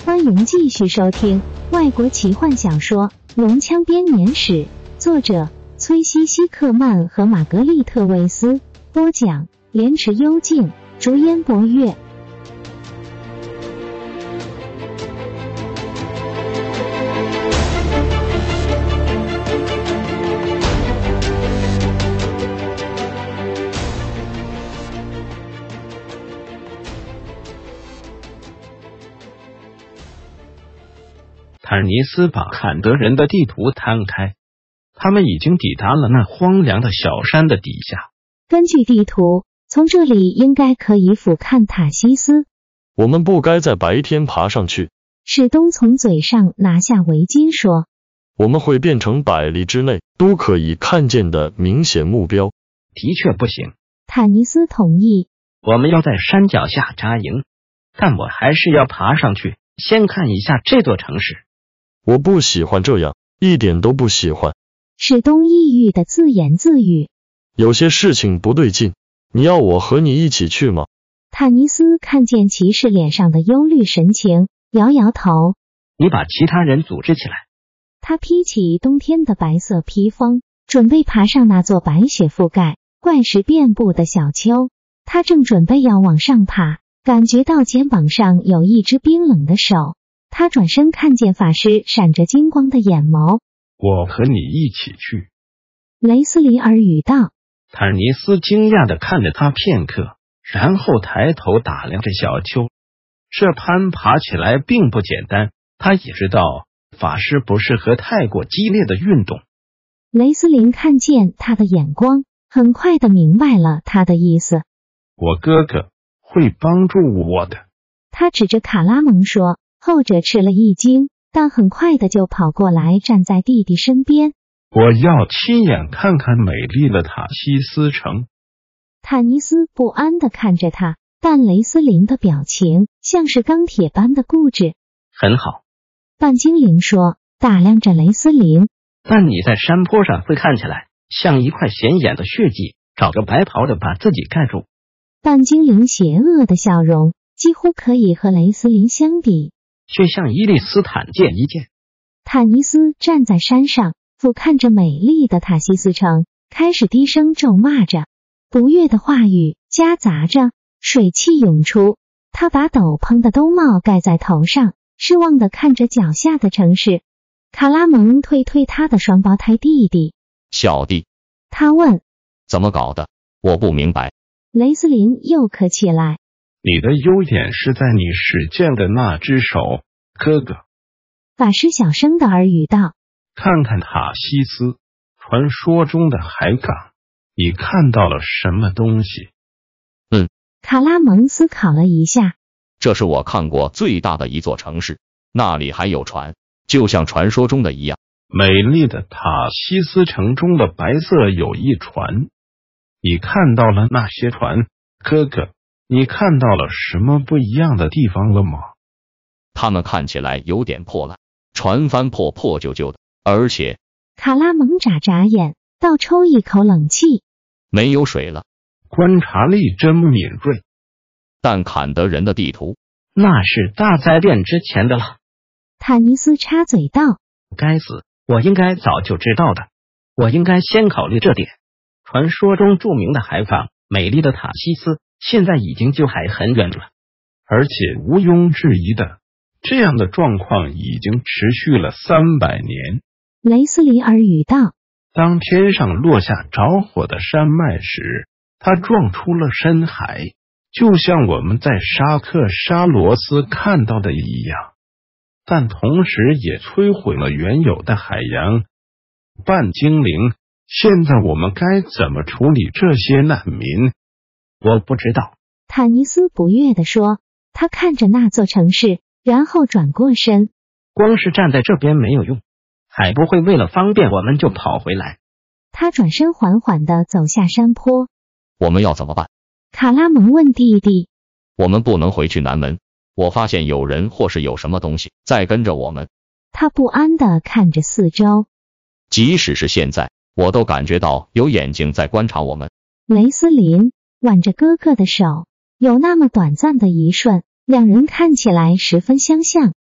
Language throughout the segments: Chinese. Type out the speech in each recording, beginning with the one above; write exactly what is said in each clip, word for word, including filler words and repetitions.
欢迎继续收听外国奇幻小说《龙枪编年史》，作者崔西西克曼和玛格丽特卫斯，播讲莲池幽静，竹烟博月。 坦尼斯把坎德人的地图摊开，他们已经抵达了那荒凉的小山的底下。 根据地图，从这里应该可以俯瞰塔西斯。 我们不该在白天爬上去。 史东从嘴上拿下围巾说， 我们会变成百里之内都可以看见的明显目标。 的确不行。 坦尼斯同意， 我们要在山脚下扎营，但我还是要爬上去，先看一下这座城市。 我不喜欢这样，一点都不喜欢。 史东抑郁的自言自语， 有些事情不对劲，你要我和你一起去吗？ 坦尼斯看见骑士脸上的忧虑神情，摇摇头。 你把其他人组织起来。 他披起冬天的白色披风，准备爬上那座白雪覆盖、怪石遍布的小丘。他正准备要往上爬，感觉到肩膀上有一只冰冷的手。他转身看见法师闪着金光的眼眸。 我和你一起去。 雷斯里耳语道。 坦尼斯惊讶地看着他片刻，然后抬头打量着小丘。这攀爬起来并不简单，他也知道法师不适合太过激烈的运动。 雷斯林看见他的眼光，很快地明白了他的意思。 我哥哥会帮助我的。 他指着卡拉蒙说。后者吃了一惊，但很快的就跑过来站在弟弟身边。 我要亲眼看看美丽的塔西斯城。 坦尼斯不安地看着他，但雷斯林的表情像是钢铁般的固执。 很好， 半精灵说，打量着雷斯林。 但你在山坡上会看起来像一块显眼的血迹，找个白袍的把自己盖住。 半精灵邪恶的笑容几乎可以和雷斯林相比。 却像伊利斯坦剑一剑。 坦尼斯站在山上，俯瞰着美丽的塔西斯城，开始低声咒骂着。不悦的话语夹杂着水汽涌出。他把斗篷的兜帽盖在头上，失望地看着脚下的城市。卡拉蒙推推他的双胞胎弟弟。 小弟， 他问， 怎么搞的？我不明白。 雷斯林又咳起来。 你的优点是在你使剑的那只手，哥哥。 法师小声的耳语道。 看看塔西斯，传说中的海港，你看到了什么东西？ 嗯。 卡拉蒙思考了一下。 这是我看过最大的一座城市，那里还有船，就像传说中的一样。 美丽的塔西斯城中的白色有一船，你看到了那些船，哥哥。你看到了什么不一样的地方了吗？ 他们看起来有点破烂，船帆破破旧旧的，而且…… 卡拉蒙眨眨眼，倒抽一口冷气。 没有水了。 观察力真敏锐。 但坎德人的地图…… 那是大灾变之前的了。 坦尼斯插嘴道。 该死，我应该早就知道的。我应该先考虑这点。传说中著名的海港，美丽的塔西斯。现在已经就还很远了， 而且毋庸置疑的，这样的状况已经持续了三百年。 雷斯里耳语道。 当天上落下着火的山脉时，它撞出了深海，就像我们在沙克沙罗斯看到的一样，但同时也摧毁了原有的海洋。半精灵，现在我们该怎么处理这些难民？ 我不知道。 坦尼斯不悦地说。他看着那座城市，然后转过身。 光是站在这边没有用，海不会为了方便我们就跑回来。 他转身缓缓地走下山坡。 我们要怎么办？ 卡拉蒙问弟弟。 我们不能回去南门，我发现有人或是有什么东西在跟着我们。 他不安地看着四周。 即使是现在，我都感觉到有眼睛在观察我们。 雷斯林挽着哥哥的手，有那么短暂的一瞬，两人看起来十分相像，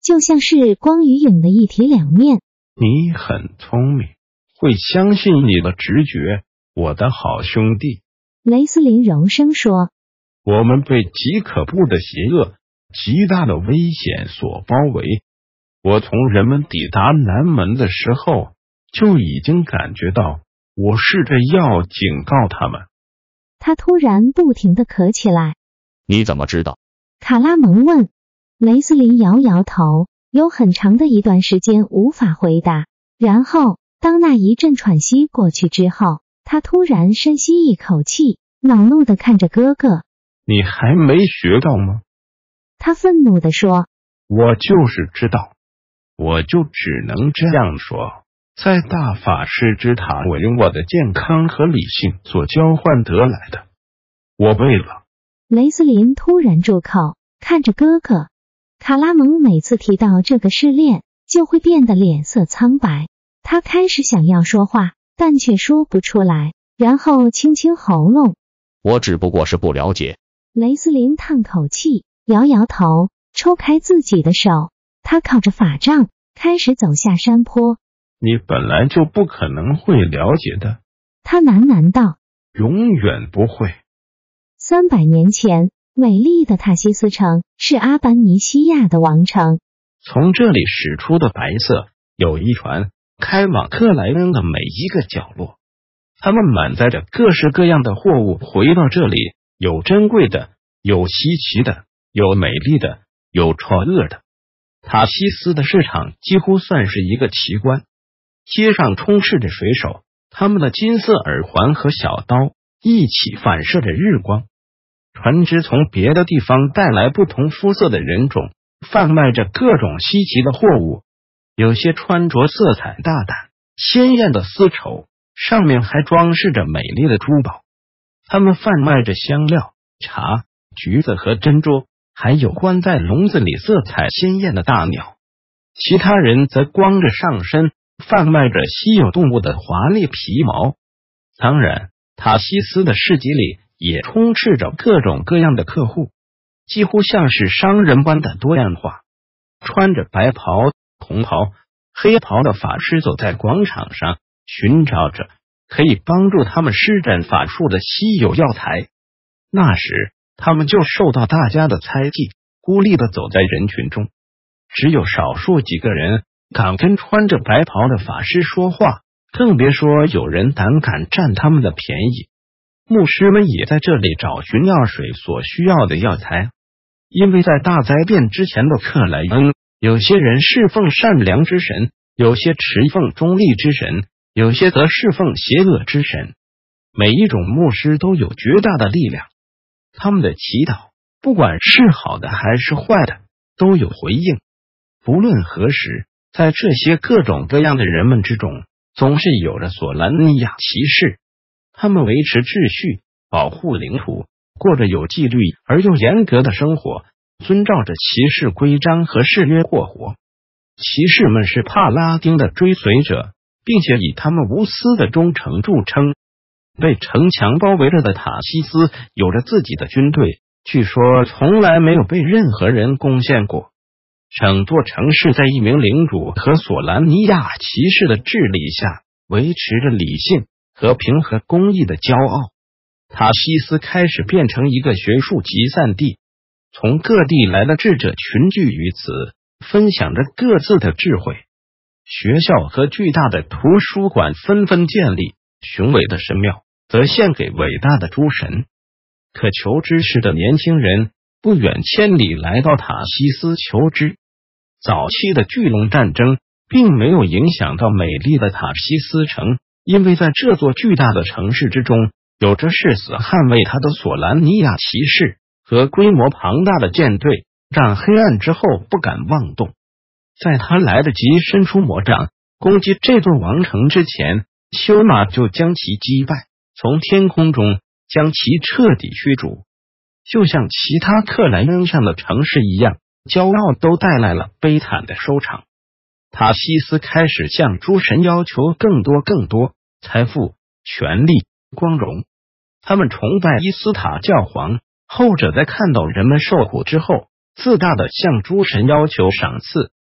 就像是光与影的一体两面。 你很聪明，会相信你的直觉，我的好兄弟。 雷斯林柔声说， 我们被极可怖的邪恶、极大的危险所包围。我从人们抵达南门的时候就已经感觉到，我试着要警告他们。 他突然不停地咳起来。 你怎么知道？ 卡拉蒙问。雷斯林摇摇头，有很长的一段时间无法回答。然后当那一阵喘息过去之后，他突然深吸一口气，恼怒地看着哥哥。 你还没学到吗？ 他愤怒地说。 我就是知道，我就只能这样说。在大法师之塔为我的健康和理性所交换得来的，我背了。 雷斯林突然住口，看着哥哥。卡拉蒙每次提到这个试炼，就会变得脸色苍白。他开始想要说话，但却说不出来，然后清清喉咙。 我只不过是不了解。 雷斯林叹口气，摇摇头，抽开自己的手。他靠着法杖，开始走下山坡。 你本来就不可能会了解的， 他喃喃道， 永远不会。 三百年前，美丽的塔西斯城是阿班尼西亚的王城。 从这里驶出的白色友谊船开往克莱恩的每一个角落，他们满载着各式各样的货物回到这里，有珍贵的，有稀奇的，有美丽的，有丑恶的。塔西斯的市场几乎算是一个奇观，街上充斥着水手，他们的金色耳环和小刀一起反射着日光。船只从别的地方带来不同肤色的人种，贩卖着各种稀奇的货物，有些穿着色彩大胆鲜艳的丝绸，上面还装饰着美丽的珠宝。他们贩卖着香料、茶、橘子和珍珠，还有关在笼子里色彩鲜艳的大鸟。其他人则光着上身，贩卖着稀有动物的华丽皮毛。当然，塔西斯的市集里也充斥着各种各样的客户，几乎像是商人般的多样化。穿着白袍、红袍、黑袍的法师走在广场上，寻找着可以帮助他们施展法术的稀有药材。那时他们就受到大家的猜忌，孤立的走在人群中，只有少数几个人敢跟穿着白袍的法师说话，更别说有人胆敢占他们的便宜。牧师们也在这里找寻药水所需要的药材，因为在大灾变之前的克莱恩，有些人侍奉善良之神，有些持奉中立之神，有些则侍奉邪恶之神。每一种牧师都有绝大的力量，他们的祈祷，不管是好的还是坏的，都有回应。不论何时，在这些各种各样的人们之中，总是有着索兰尼亚骑士。他们维持秩序，保护领土，过着有纪律而又严格的生活，遵照着骑士规章和誓约过活。骑士们是帕拉丁的追随者，并且以他们无私的忠诚著称。被城墙包围着的塔西斯有着自己的军队，据说从来没有被任何人攻陷过。整座城市在一名领主和索兰尼亚骑士的治理下，维持着理性、和平和公义的骄傲。塔西斯开始变成一个学术集散地，从各地来的智者群聚于此，分享着各自的智慧。学校和巨大的图书馆纷纷建立，雄伟的神庙则献给伟大的诸神。渴求知识的年轻人不远千里来到塔西斯求知。早期的巨龙战争并没有影响到美丽的塔西斯城，因为在这座巨大的城市之中，有着誓死捍卫他的索兰尼亚骑士和规模庞大的舰队，让黑暗之后不敢妄动。在他来得及伸出魔杖攻击这座王城之前，修马就将其击败，从天空中将其彻底驱逐。就像其他克莱恩上的城市一样，骄傲都带来了悲惨的收场。塔西斯开始向诸神要求更多更多财富、权力、光荣。他们崇拜伊斯塔教皇，后者在看到人们受苦之后，自大的向诸神要求赏赐，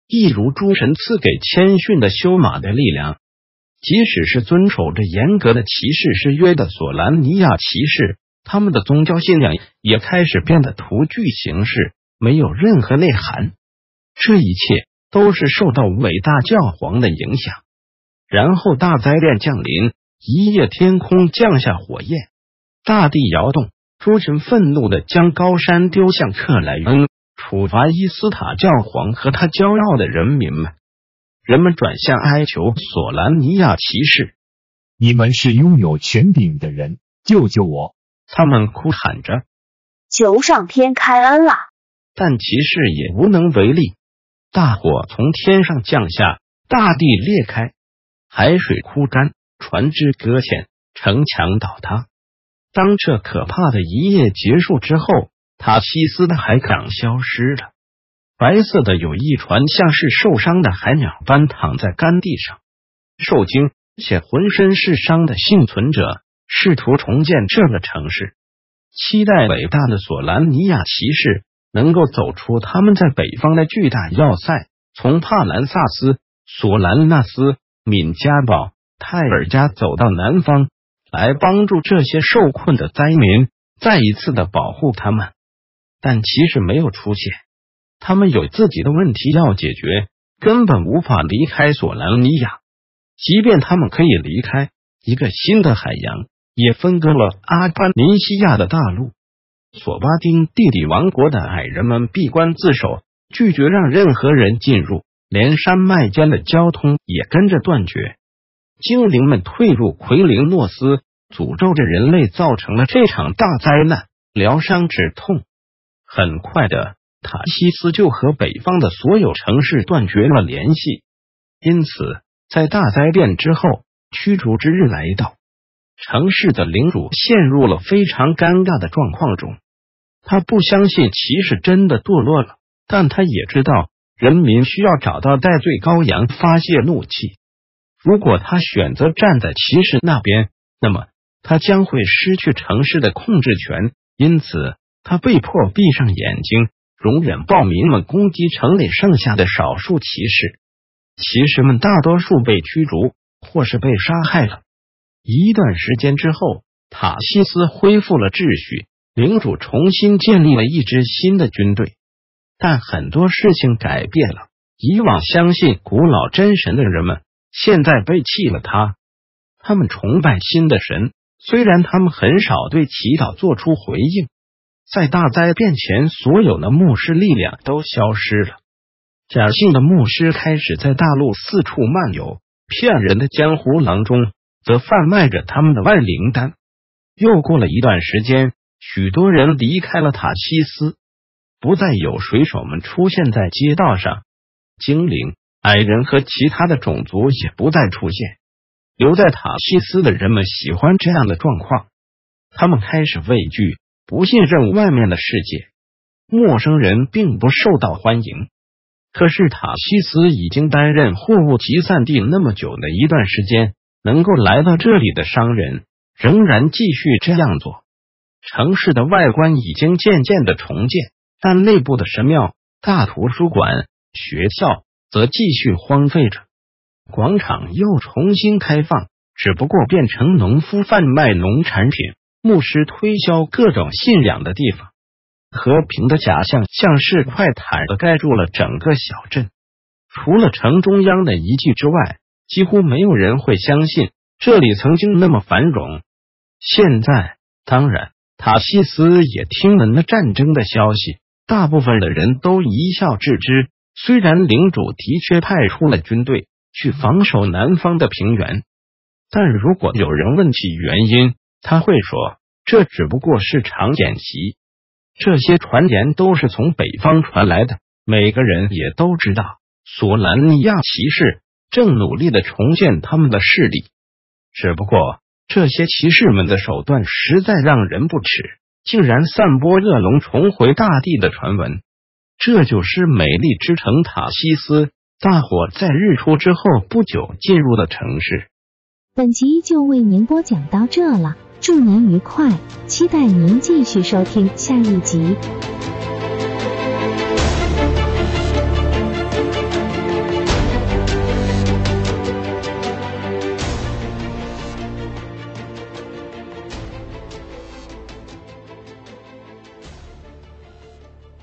一如诸神赐给谦逊的修马的力量。即使是遵守着严格的骑士誓约的索兰尼亚骑士，他们的宗教信仰也开始变得徒具形式，没有任何内涵。这一切都是受到伟大教皇的影响。然后大灾变降临，一夜天空降下火焰，大地摇动，诸神愤怒地将高山丢向克莱恩，处罚伊斯塔教皇和他骄傲的人民们。人们转向哀求索兰尼亚骑士， 你们是拥有权柄的人，救救我！ 他们哭喊着， 求上天开恩啊！ 但骑士也无能为力。大火从天上降下，大地裂开，海水枯干，船只搁浅，城墙倒塌。当这可怕的一夜结束之后，塔西斯的海港消失了。白色的有一船像是受伤的海鸟般躺在干地上，受惊且浑身是伤的幸存者试图重建这个城市，期待伟大的索兰尼亚骑士能够走出他们在北方的巨大要塞，从帕兰萨斯、索兰纳斯、敏加堡、泰尔加走到南方，来帮助这些受困的灾民，再一次的保护他们。但骑士没有出现，他们有自己的问题要解决，根本无法离开索兰尼亚。即便他们可以离开，一个新的海洋也分割了阿班尼西亚的大陆。索巴丁地理王国的矮人们闭关自守，拒绝让任何人进入，连山脉间的交通也跟着断绝。精灵们退入奎灵诺斯，诅咒着人类造成了这场大灾难，疗伤止痛。很快的，塔西斯就和北方的所有城市断绝了联系。因此，在大灾变之后，驱逐之日来到，城市的领主陷入了非常尴尬的状况中。他不相信骑士真的堕落了，但他也知道人民需要找到代罪羔羊发泄怒气。如果他选择站在骑士那边，那么他将会失去城市的控制权。因此，他被迫闭上眼睛，容忍暴民们攻击城里剩下的少数骑士。骑士们大多数被驱逐或是被杀害了。一段时间之后，塔西斯恢复了秩序，领主重新建立了一支新的军队。但很多事情改变了，以往相信古老真神的人们现在背弃了他，他们崇拜新的神，虽然他们很少对祈祷做出回应。在大灾变前，所有的牧师力量都消失了。假信的牧师开始在大陆四处漫游，骗人的江湖郎中则贩卖着他们的万灵丹。又过了一段时间，许多人离开了塔西斯，不再有水手们出现在街道上，精灵、矮人和其他的种族也不再出现。留在塔西斯的人们喜欢这样的状况，他们开始畏惧，不信任外面的世界。陌生人并不受到欢迎。可是塔西斯已经担任货物集散地那么久的一段时间，能够来到这里的商人仍然继续这样做。城市的外观已经渐渐的重建，但内部的神庙、大图书馆、学校则继续荒废着。广场又重新开放，只不过变成农夫贩卖农产品、牧师推销各种信仰的地方。和平的假象像是块毯子盖住了整个小镇，除了城中央的遗迹之外，几乎没有人会相信这里曾经那么繁荣。现在，当然，塔西斯也听闻了战争的消息，大部分的人都一笑置之。虽然领主的确派出了军队去防守南方的平原，但如果有人问起原因，他会说这只不过是场演习。这些传言都是从北方传来的，每个人也都知道，索兰尼亚骑士正努力的重建他们的势力。只不过，这些骑士们的手段实在让人不齿，竟然散播恶龙重回大地的传闻。这就是美丽之城塔西斯，大火在日出之后不久进入了城市。 本集就为您播讲到这了，祝您愉快，期待您继续收听下一集。